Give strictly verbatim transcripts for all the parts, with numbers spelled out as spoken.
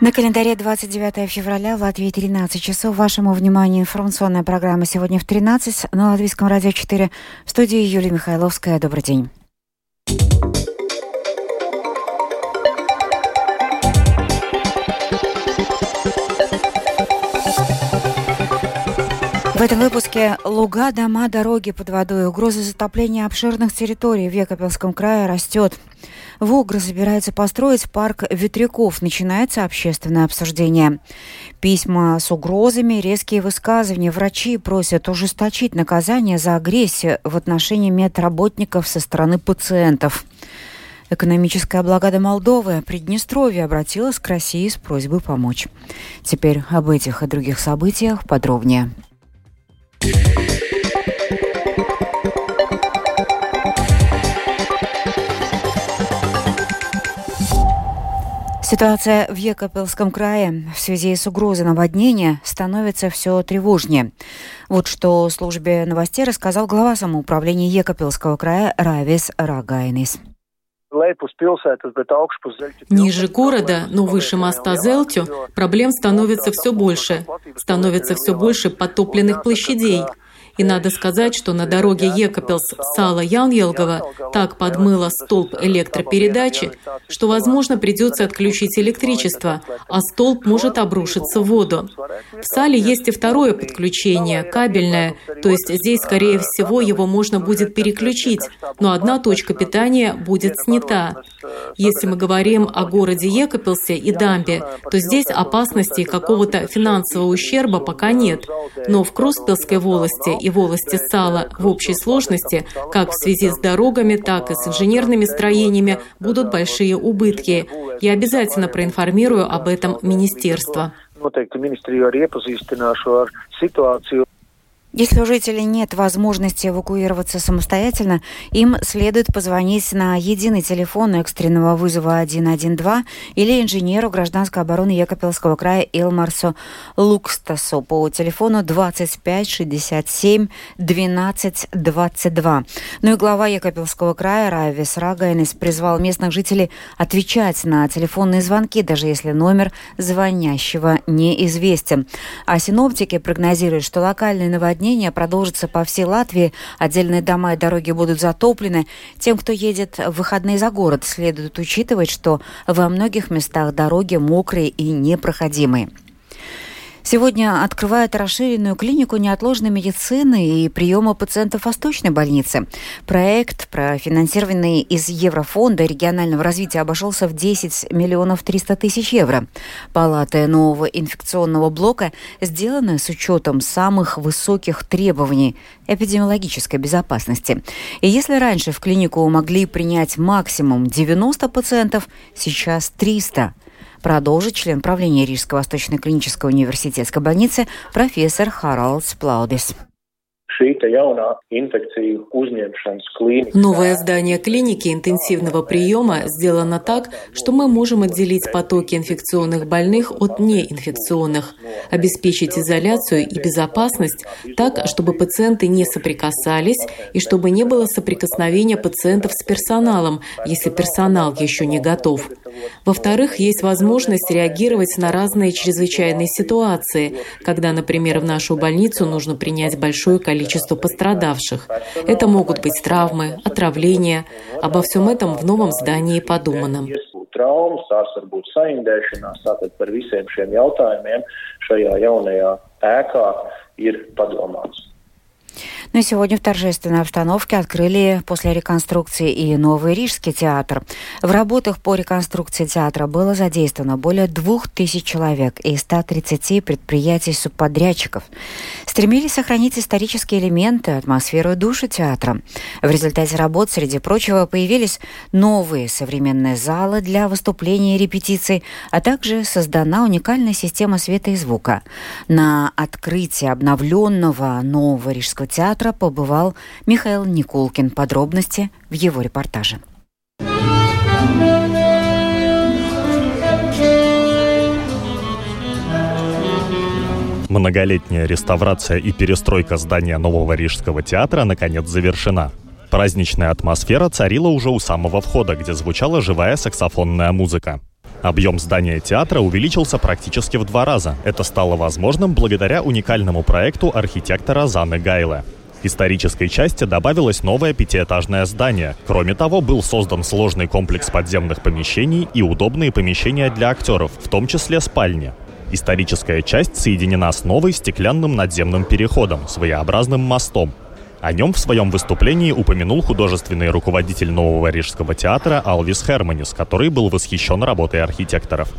На календаре двадцать девятое февраля, в Латвии тринадцать часов. Вашему вниманию информационная программа сегодня в тринадцать на Латвийском радио четыре. В студии Юлия Михайловская. Добрый день. В этом выпуске луга, дома, дороги под водой. Угроза затопления обширных территорий в Екапельском крае растет. В Угры собираются построить парк ветряков. Начинается общественное обсуждение. Письма с угрозами, резкие высказывания. Врачи просят ужесточить наказание за агрессию в отношении медработников со стороны пациентов. Экономическая блокада Молдовы. Приднестровье обратилась к России с просьбой помочь. Теперь об этих и других событиях подробнее. Ситуация в Екапельском крае в связи с угрозой наводнения становится все тревожнее. Вот что службе новостей рассказал глава самоуправления Екапельского края Райвис Рагайнис. Ниже города, но выше моста Зелтю, проблем становится все больше. Становится все больше подтопленных площадей. И надо сказать, что на дороге Екапельс-Сала-Яуньелгова так подмыло столб электропередачи, что, возможно, придется отключить электричество, а столб может обрушиться в воду. В Сале есть и второе подключение, кабельное, то есть здесь, скорее всего, его можно будет переключить, но одна точка питания будет снята. Если мы говорим о городе Екапельсе и дамбе, то здесь опасности какого-то финансового ущерба пока нет, но в Круспельской волости и волости Сала в общей сложности, как в связи с дорогами, так и с инженерными строениями, будут большие убытки. Я обязательно проинформирую об этом министерство. Если у жителей нет возможности эвакуироваться самостоятельно, им следует позвонить на единый телефон экстренного вызова один один два или инженеру гражданской обороны Екапельского края Илмарсу Лукстасу по телефону двадцать пять шестьдесят семь двенадцать двадцать два. Ну и глава Екапельского края Райвис Рагайнис призвал местных жителей отвечать на телефонные звонки, даже если номер звонящего неизвестен. А синоптики прогнозируют, что локальные наводнения продолжится по всей Латвии. Отдельные дома и дороги будут затоплены. Тем, кто едет в выходные за город, следует учитывать, что во многих местах дороги мокрые и непроходимые. Сегодня открывают расширенную клинику неотложной медицины и приема пациентов Восточной больницы. Проект, профинансированный из Еврофонда регионального развития, обошелся в десять миллионов триста тысяч евро. Палаты нового инфекционного блока сделаны с учетом самых высоких требований эпидемиологической безопасности. И если раньше в клинику могли принять максимум девяносто пациентов, сейчас триста. Продолжит член правления Рижской Восточной клинической университетской больницы профессор Харалдс Плаудис. Новое здание клиники интенсивного приема сделано так, что мы можем отделить потоки инфекционных больных от неинфекционных, обеспечить изоляцию и безопасность так, чтобы пациенты не соприкасались и чтобы не было соприкосновения пациентов с персоналом, если персонал еще не готов. Во-вторых, есть возможность реагировать на разные чрезвычайные ситуации, когда, например, в нашу больницу нужно принять большое количество пострадавших. Это могут быть травмы, отравления. Обо всем этом в новом здании подумано. Ну и сегодня в торжественной обстановке открыли после реконструкции и новый Рижский театр. В работах по реконструкции театра было задействовано более двух тысяч человек и ста тридцати предприятий-субподрядчиков. Стремились сохранить исторические элементы, атмосферу и душу театра. В результате работ, среди прочего, появились новые современные залы для выступлений и репетиций, а также создана уникальная система света и звука. На открытии обновленного нового Рижского театра побывал Михаил Никулкин. Подробности в его репортаже. Многолетняя реставрация и перестройка здания нового Рижского театра наконец завершена. Праздничная атмосфера царила уже у самого входа, где звучала живая саксофонная музыка. Объем здания театра увеличился практически в два раза. Это стало возможным благодаря уникальному проекту архитектора Заны Гайле. Исторической части добавилось новое пятиэтажное здание. Кроме того, был создан сложный комплекс подземных помещений и удобные помещения для актеров, в том числе спальни. Историческая часть соединена с новой стеклянным надземным переходом, своеобразным мостом. О нем в своем выступлении упомянул художественный руководитель Нового Рижского театра Алвис Херманис, который был восхищен работой архитекторов.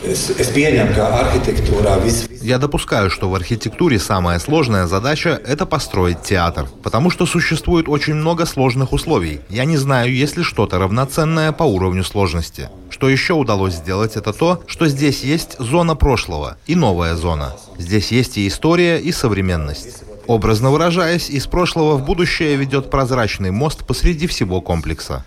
Я допускаю, что в архитектуре самая сложная задача – это построить театр, потому что существует очень много сложных условий. Я не знаю, есть ли что-то равноценное по уровню сложности. Что еще удалось сделать, это то, что здесь есть зона прошлого и новая зона. Здесь есть и история, и современность. Образно выражаясь, из прошлого в будущее ведет прозрачный мост посреди всего комплекса.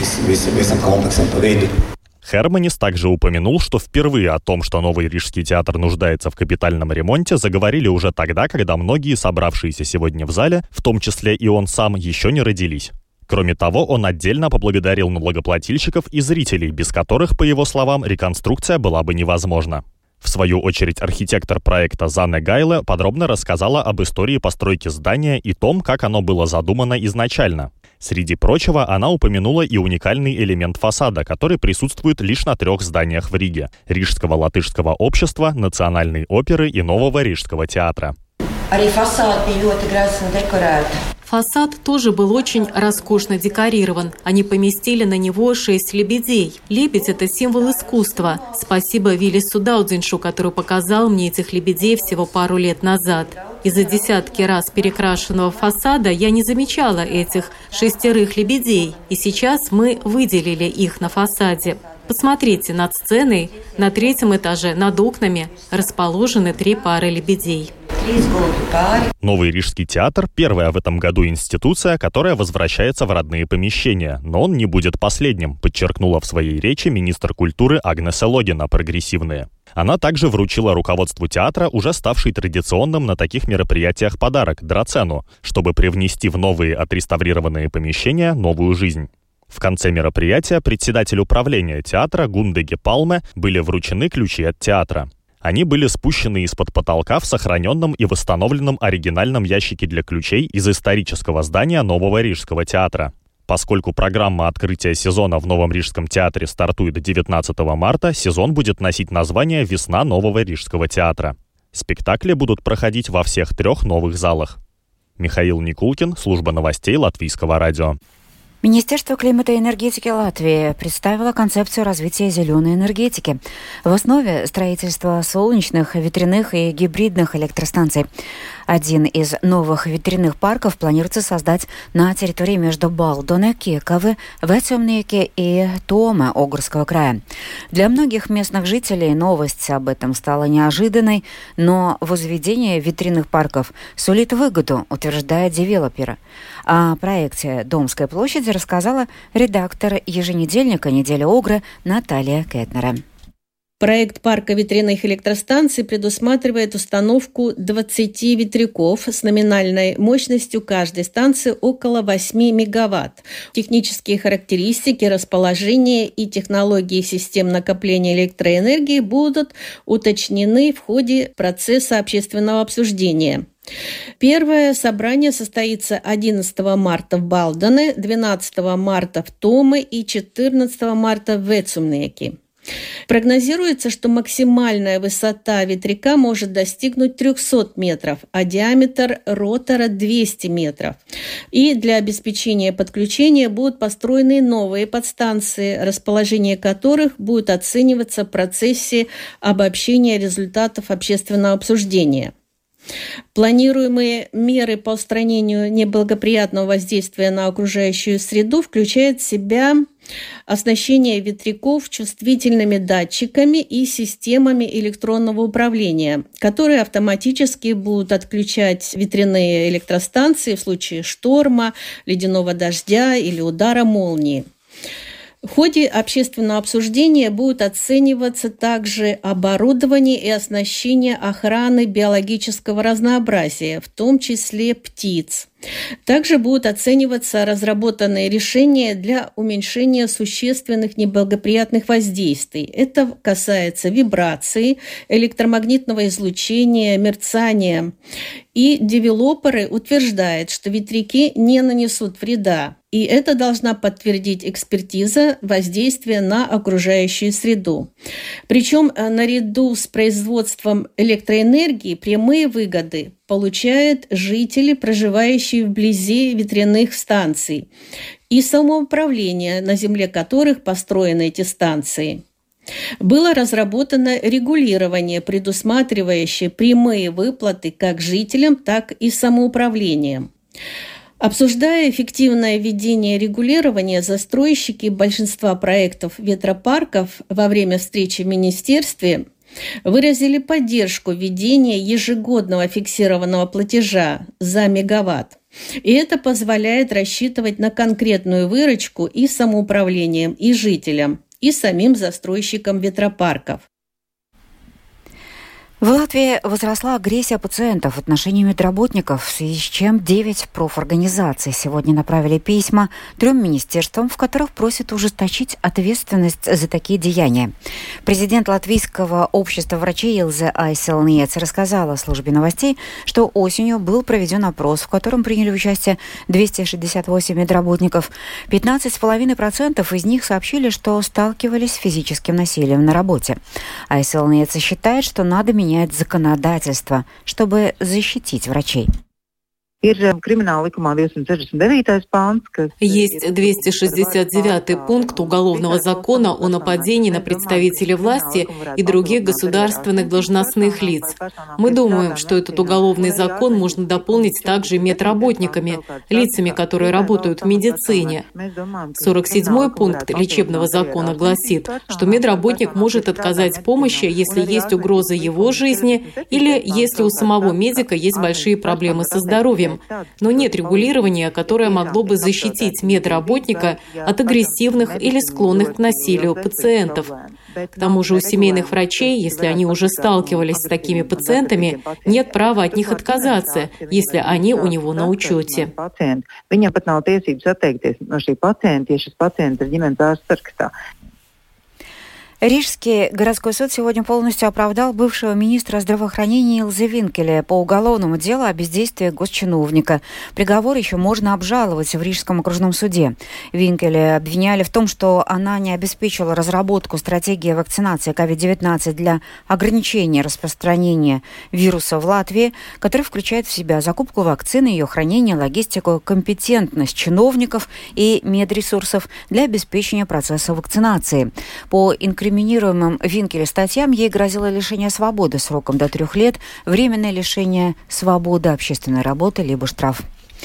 Херманис также упомянул, что впервые о том, что Новый Рижский театр нуждается в капитальном ремонте, заговорили уже тогда, когда многие собравшиеся сегодня в зале, в том числе и он сам, еще не родились. Кроме того, он отдельно поблагодарил налогоплательщиков и зрителей, без которых, по его словам, реконструкция была бы невозможна. В свою очередь, архитектор проекта Зана Гайле подробно рассказала об истории постройки здания и том, как оно было задумано изначально. Среди прочего, она упомянула и уникальный элемент фасада, который присутствует лишь на трех зданиях в Риге – Рижского латышского общества, Национальной оперы и Нового Рижского театра. Фасад тоже был очень роскошно декорирован. Они поместили на него шесть лебедей. Лебедь – это символ искусства. Спасибо Виллису Даудзиншу, который показал мне этих лебедей всего пару лет назад. Из-за десятки раз перекрашенного фасада я не замечала этих шестерых лебедей. И сейчас мы выделили их на фасаде. Посмотрите, над сценой, на третьем этаже, над окнами расположены три пары лебедей. Новый Рижский театр – первая в этом году институция, которая возвращается в родные помещения. Но он не будет последним, подчеркнула в своей речи министр культуры Агнеса Логина, прогрессивные. Она также вручила руководству театра уже ставший традиционным на таких мероприятиях подарок – драцену, чтобы привнести в новые отреставрированные помещения новую жизнь. В конце мероприятия председателю управления театра Гундеге Палме были вручены ключи от театра. Они были спущены из-под потолка в сохраненном и восстановленном оригинальном ящике для ключей из исторического здания Нового Рижского театра. Поскольку программа открытия сезона в Новом Рижском театре стартует девятнадцатого марта, сезон будет носить название «Весна Нового Рижского театра». Спектакли будут проходить во всех трех новых залах. Михаил Никулкин, служба новостей Латвийского радио. Министерство климата и энергетики Латвии представило концепцию развития зеленой энергетики. В основе строительства солнечных, ветряных и гибридных электростанций. Один из новых ветряных парков планируется создать на территории между Балдоне, Кековы, Вецумнеки и Томе Огурского края. Для многих местных жителей новость об этом стала неожиданной, но возведение ветряных парков сулит выгоду, утверждает девелопер. О проекте Домской площади рассказала редактор еженедельника «Неделя Огры» Наталья Кетнера. Проект парка ветряных электростанций предусматривает установку двадцати ветряков с номинальной мощностью каждой станции около восьми мегаватт. Технические характеристики, расположение и технологии систем накопления электроэнергии будут уточнены в ходе процесса общественного обсуждения. Первое собрание состоится одиннадцатого марта в Балдоне, двенадцатого марта в Томе и четырнадцатого марта в Вецумнеки. Прогнозируется, что максимальная высота ветряка может достигнуть триста метров, а диаметр ротора двести метров. И для обеспечения подключения будут построены новые подстанции, расположение которых будет оцениваться в процессе обобщения результатов общественного обсуждения. Планируемые меры по устранению неблагоприятного воздействия на окружающую среду включают в себя оснащение ветряков чувствительными датчиками и системами электронного управления, которые автоматически будут отключать ветряные электростанции в случае шторма, ледяного дождя или удара молнии. В ходе общественного обсуждения будет оцениваться также оборудование и оснащение охраны биологического разнообразия, в том числе птиц. Также будут оцениваться разработанные решения для уменьшения существенных неблагоприятных воздействий. Это касается вибрации, электромагнитного излучения, мерцания. И девелоперы утверждают, что ветряки не нанесут вреда. И это должна подтвердить экспертиза воздействия на окружающую среду. Причем наряду с производством электроэнергии прямые выгоды получают жители, проживающие вблизи ветряных станций, и самоуправление, на земле которых построены эти станции. Было разработано регулирование, предусматривающее прямые выплаты как жителям, так и самоуправлением. Обсуждая эффективное введение регулирования, застройщики большинства проектов ветропарков во время встречи в министерстве выразили поддержку введения ежегодного фиксированного платежа за мегаватт. И это позволяет рассчитывать на конкретную выручку и самоуправлением, и жителям, и самим застройщикам ветропарков. В Латвии возросла агрессия пациентов в отношении медработников, в связи с чем девять профорганизаций сегодня направили письма трем министерствам, в которых просят ужесточить ответственность за такие деяния. Президент Латвийского общества врачей Илзе Айселниец рассказала службе новостей, что осенью был проведен опрос, в котором приняли участие двести шестьдесят восемь медработников. пятнадцать целых пять десятых процента из них сообщили, что сталкивались с физическим насилием на работе. Айселниец считает, что надо менять законодательство, чтобы защитить врачей. Есть двести шестьдесят девятый пункт Уголовного закона о нападении на представителей власти и других государственных должностных лиц. Мы думаем, что этот уголовный закон можно дополнить также медработниками, лицами, которые работают в медицине. сорок седьмой пункт лечебного закона гласит, что медработник может отказать помощи, если есть угроза его жизни или если у самого медика есть большие проблемы со здоровьем. Но нет регулирования, которое могло бы защитить медработника от агрессивных или склонных к насилию пациентов. К тому же у семейных врачей, если они уже сталкивались с такими пациентами, нет права от них отказаться, если они у него на учете. Рижский городской суд сегодня полностью оправдал бывшего министра здравоохранения Илзе Винкеля по уголовному делу о бездействии госчиновника. Приговор еще можно обжаловать в Рижском окружном суде. Винкеля обвиняли в том, что она не обеспечила разработку стратегии вакцинации ковид девятнадцать для ограничения распространения вируса в Латвии, который включает в себя закупку вакцины, ее хранение, логистику, компетентность чиновников и медресурсов для обеспечения процесса вакцинации. По инкриминируемым Винкеле статьям ей грозило лишение свободы сроком до трех лет, временное лишение свободы общественной работы либо штраф.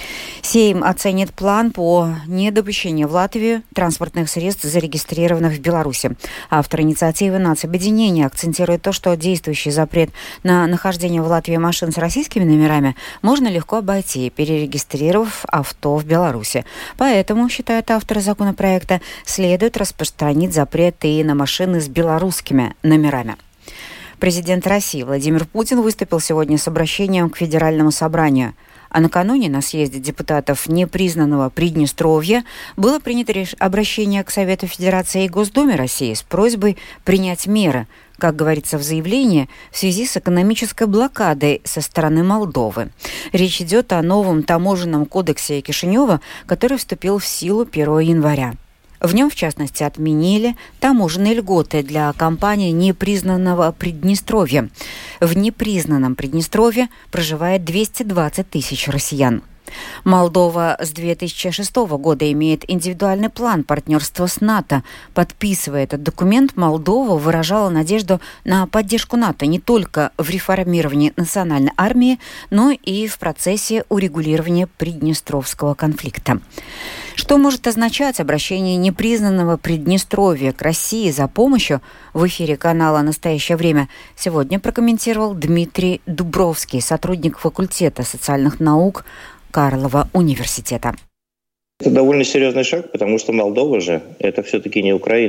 Сейм оценит план по недопущению в Латвию транспортных средств, зарегистрированных в Беларуси. Автор инициативы нацобъединения акцентирует то, что действующий запрет на нахождение в Латвии машин с российскими номерами можно легко обойти, перерегистрировав авто в Беларуси. Поэтому, считают авторы законопроекта, следует распространить запрет и на машины с белорусскими номерами. Президент России Владимир Путин выступил сегодня с обращением к Федеральному собранию. А накануне на съезде депутатов непризнанного Приднестровья было принято обращение к Совету Федерации и Госдуме России с просьбой принять меры, как говорится в заявлении, в связи с экономической блокадой со стороны Молдовы. Речь идет о новом таможенном кодексе Кишинева, который вступил в силу первого января. В нем, в частности, отменили таможенные льготы для компаний непризнанного Приднестровья. В непризнанном Приднестровье проживает двести двадцать тысяч россиян. Молдова с две тысячи шестого года имеет индивидуальный план партнерства с НАТО. Подписывая этот документ, Молдова выражала надежду на поддержку НАТО не только в реформировании национальной армии, но и в процессе урегулирования Приднестровского конфликта. Что может означать обращение непризнанного Приднестровья к России за помощью, в эфире канала «Настоящее время» сегодня прокомментировал Дмитрий Дубровский, сотрудник факультета социальных наук Карлова университета. Это довольно серьезный шаг, потому что Молдова же это все-таки не Украина.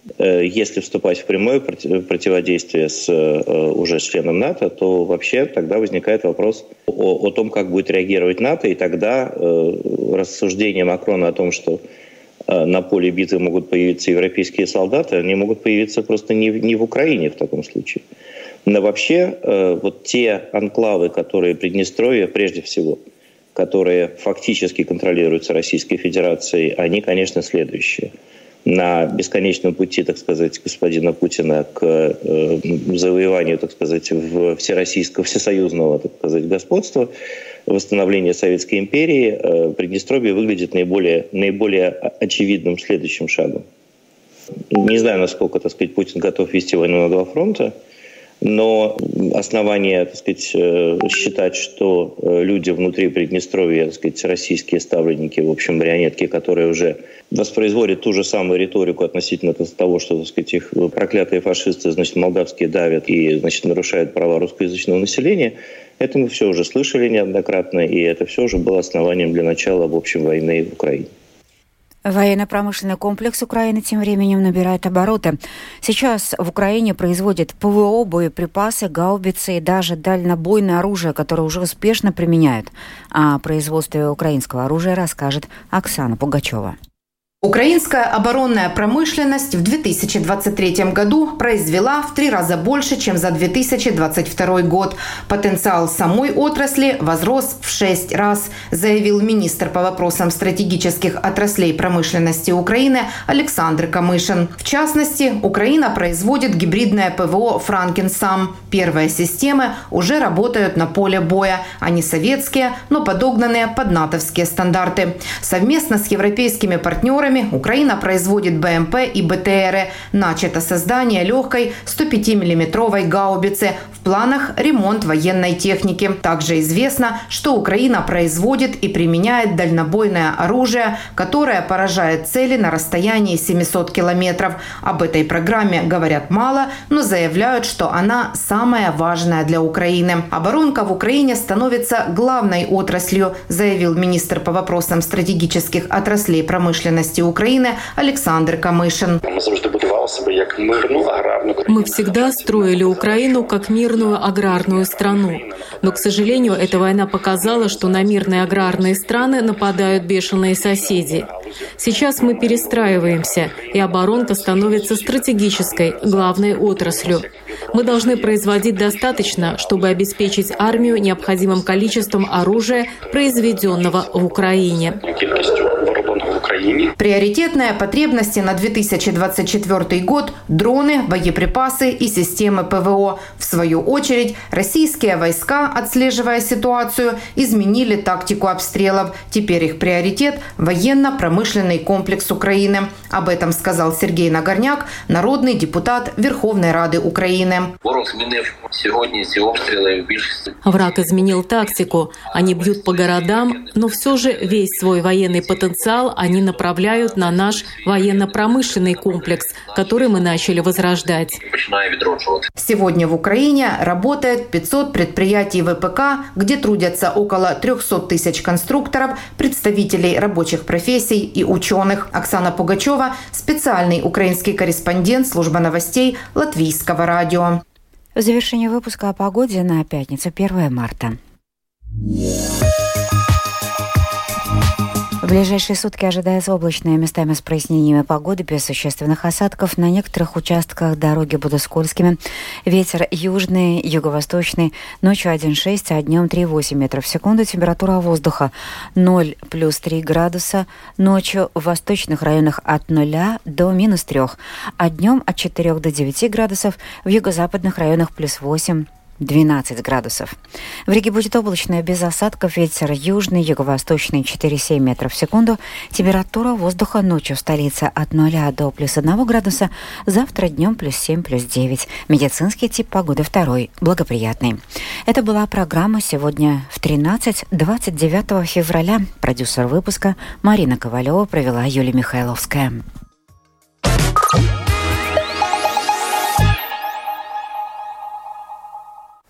Если вступать в прямое противодействие с уже членом НАТО, то вообще тогда возникает вопрос о, о том, как будет реагировать НАТО, и тогда рассуждения Макрона о том, что на поле битвы могут появиться европейские солдаты, они могут появиться просто не, не в Украине в таком случае. Но вообще вот те анклавы, которые Приднестровье, прежде всего, которые фактически контролируются Российской Федерацией, они, конечно, следующие. На бесконечном пути, так сказать, господина Путина к э, завоеванию, так сказать, всероссийского, всесоюзного, так сказать, господства, восстановления Советской империи, э, Приднестровье выглядит наиболее, наиболее очевидным следующим шагом. Не знаю, насколько, так сказать, Путин готов вести войну на два фронта, но основания, так сказать, считать, что люди внутри Приднестровья, так сказать, российские ставленники, в общем, марионетки, которые уже воспроизводят ту же самую риторику относительно того, что, так сказать, их проклятые фашисты, значит, молдавские давят и, значит, нарушают права русскоязычного населения, это мы все уже слышали неоднократно, и это все уже было основанием для начала, в общем, войны в Украине. Военно-промышленный комплекс Украины тем временем набирает обороты. Сейчас в Украине производят ПВО, боеприпасы, гаубицы и даже дальнобойное оружие, которое уже успешно применяют. О производстве украинского оружия расскажет Оксана Пугачева. Украинская оборонная промышленность в две тысячи двадцать третьем году произвела в три раза больше, чем за две тысячи двадцать второй год. Потенциал самой отрасли возрос в шесть раз, заявил министр по вопросам стратегических отраслей промышленности Украины Александр Камышин. В частности, Украина производит гибридное ПВО «Франкенсам». Первые системы уже работают на поле боя. Они советские, но подогнанные под натовские стандарты. Совместно с европейскими партнерами Украина производит БМП и БТРы. Начато создание легкой сто пятимиллиметровой гаубицы. В планах ремонт военной техники. Также известно, что Украина производит и применяет дальнобойное оружие, которое поражает цели на расстоянии семьсот километров. Об этой программе говорят мало, но заявляют, что она самая важная для Украины. Оборонка в Украине становится главной отраслью, заявил министр по вопросам стратегических отраслей промышленности Украины Александр Камышин. Мы всегда строили Украину как мирную аграрную страну. Но, к сожалению, эта война показала, что на мирные аграрные страны нападают бешеные соседи. Сейчас мы перестраиваемся, и оборонка становится стратегической, главной отраслью. Мы должны производить достаточно, чтобы обеспечить армию необходимым количеством оружия, произведенного в Украине. Приоритетные потребности на две тысячи двадцать четвёртый год – дроны, боеприпасы и системы ПВО. В свою очередь, российские войска, отслеживая ситуацию, изменили тактику обстрелов. Теперь их приоритет – военно-промышленный комплекс Украины. Об этом сказал Сергей Нагорняк, народный депутат Верховной Рады Украины. Враг изменил тактику. Они бьют по городам, но все же весь свой военный потенциал они направляют на наш военно-промышленный комплекс, который мы начали возрождать. Сегодня в Украине работает пятьсот предприятий ВПК, где трудятся около триста тысяч конструкторов, представителей рабочих профессий и ученых. Оксана Пугачева, специальный украинский корреспондент службы новостей Латвийского радио. В завершение выпуска о погоде на пятницу, первое марта. В ближайшие сутки ожидается облачная, местами с прояснениями погоды, без существенных осадков. На некоторых участках дороги будут скользкими. Ветер южный, юго-восточный. Ночью один целых шесть десятых, а днем три целых восемь десятых метров в секунду. Температура воздуха ноль плюс три градуса. Ночью в восточных районах от нуля до минус трех. А днем от четырех до девяти градусов. В юго-западных районах плюс восемь. двенадцать градусов. В Риге будет облачно, без осадков, ветер южный, юго-восточный четыре целых семь десятых метров в секунду. Температура воздуха ночью в столице от нуля до плюс одного градуса. Завтра днем плюс семь, плюс девять. Медицинский тип погоды второй, благоприятный. Это была программа сегодня в тринадцать двадцать девятого февраля. Продюсер выпуска Марина Ковалева, провела Юлия Михайловская.